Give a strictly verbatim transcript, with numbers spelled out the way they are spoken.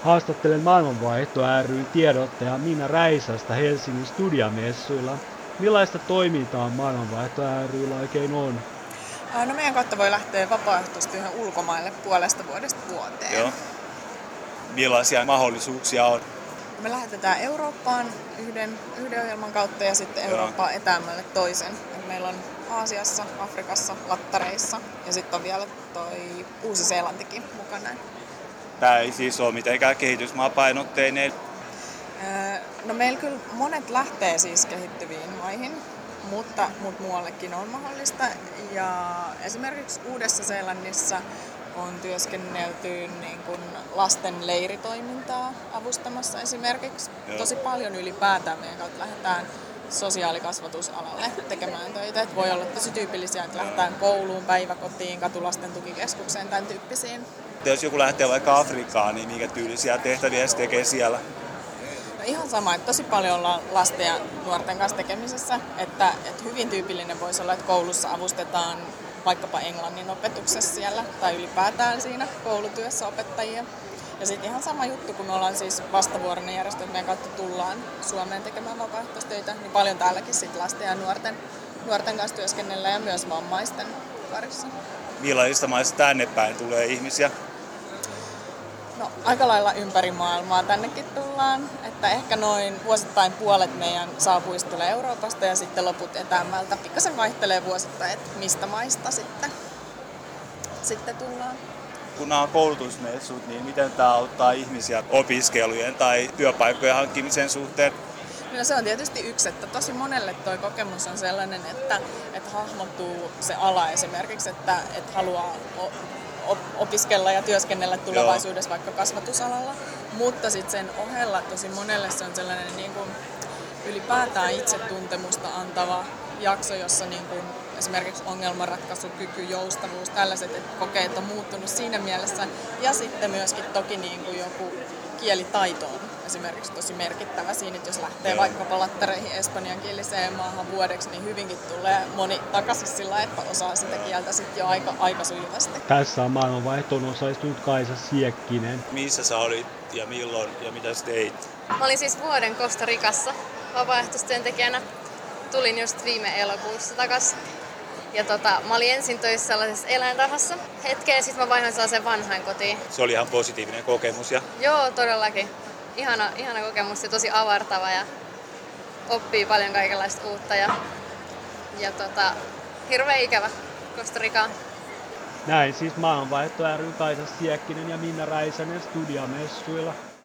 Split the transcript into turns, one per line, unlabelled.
Haastattelen Maailmanvaihto ry:n tiedottaja Minna Räisästä Helsingin Studiamessuilla. Millaista toimintaa Maailmanvaihto ry:llä oikein on?
No meidän kautta voi lähteä vapaaehtoistyöhön ulkomaille puolesta vuodesta vuoteen.
Joo. Millaisia mahdollisuuksia on?
Me lähetetään Eurooppaan yhden, yhden ohjelman kautta ja sitten Eurooppaan etäämmälle toisen. Meillä on Aasiassa, Afrikassa, Lattareissa ja sitten on vielä toi Uusi-Seelantikin mukana.
Tämä ei siis ole mitenkään kehitysmaapainotteinen.
No meillä kyllä monet lähtee siis kehittyviin maihin, mutta, mutta muuallekin on mahdollista. Ja esimerkiksi Uudessa-Seelannissa on työskennelty niin kuin lasten leiritoimintaa avustamassa esimerkiksi. Joo. Tosi paljon ylipäätään meidän kautta lähdetään sosiaalikasvatusalalle tekemään töitä. Et voi olla tosi tyypillisiä, että lähdetään kouluun, päiväkotiin, katulasten tukikeskukseen, tämän tyyppisiin.
Jos joku lähtee vaikka Afrikkaan, niin minkä tyylisiä tehtäviä se tekee siellä?
No ihan sama, että tosi paljon ollaan lasten ja nuorten kanssa tekemisessä. Että, että hyvin tyypillinen voisi olla, että koulussa avustetaan vaikkapa englannin opetuksessa siellä tai ylipäätään siinä koulutyössä opettajia. Ja sitten ihan sama juttu, kun me ollaan siis vastavuoroinen järjestö, että meidän kautta tullaan Suomeen tekemään vapaaehtoistöitä, niin paljon täälläkin sit lasten ja nuorten, nuorten kanssa työskennellään ja myös vammaisten parissa.
Millaisista maista tänne päin tulee ihmisiä?
No aika lailla ympäri maailmaa tännekin tullaan, että ehkä noin vuosittain puolet meidän saapuista tulee Euroopasta ja sitten loput etäämmältä. Pikkasen vaihtelee vuosittain, että mistä maista sitten, sitten tullaan.
Kun nämä on koulutusmessut, niin miten tämä auttaa ihmisiä opiskelujen tai työpaikkojen hankkimisen suhteen?
No se on tietysti yksi, että tosi monelle tuo kokemus on sellainen, että, että hahmottuu se ala esimerkiksi, että, että haluaa opiskella ja työskennellä tulevaisuudessa Joo. vaikka kasvatusalalla, mutta sitten sen ohella tosi monelle se on sellainen niin kuin ylipäätään itsetuntemusta antava jakso, jossa niin kuin esimerkiksi ongelmanratkaisukyky, joustavuus, tällaiset että kokeet on muuttunut siinä mielessä ja sitten myöskin toki niin kuin joku kielitaito on esimerkiksi tosi merkittävä siinä, että jos lähtee Joo. vaikkapa lattareihin espanjankieliseen maahan vuodeksi, niin hyvinkin tulee moni takaisin sillä, että osaa sitä kieltä sitten jo aika, aika sujuvasti.
Tässä on Maailmanvaihtoon osallistunut Kaisa Siekkinen.
Missä sä olit ja milloin ja mitä sä teit?
Mä olin siis vuoden Costa Ricassa vapaaehtoistyöntekijänä. Tulin just viime elokuussa takaisin. Ja tota, mä olin ensin töissä sellaisessa eläintarhassa hetken ja sitten mä vaihdoin sellaiseen vanhain kotiin.
Se oli ihan positiivinen kokemus. Ja...
Joo, todellakin. Ihana, ihana kokemus ja tosi avartava ja oppii paljon kaikenlaista uutta ja, ja tota, hirveän ikävä Costa Ricaan.
Näin siis Maailmanvaihto ry:n Kaisa Siekkinen ja Minna Räisänen Studiamessuilla.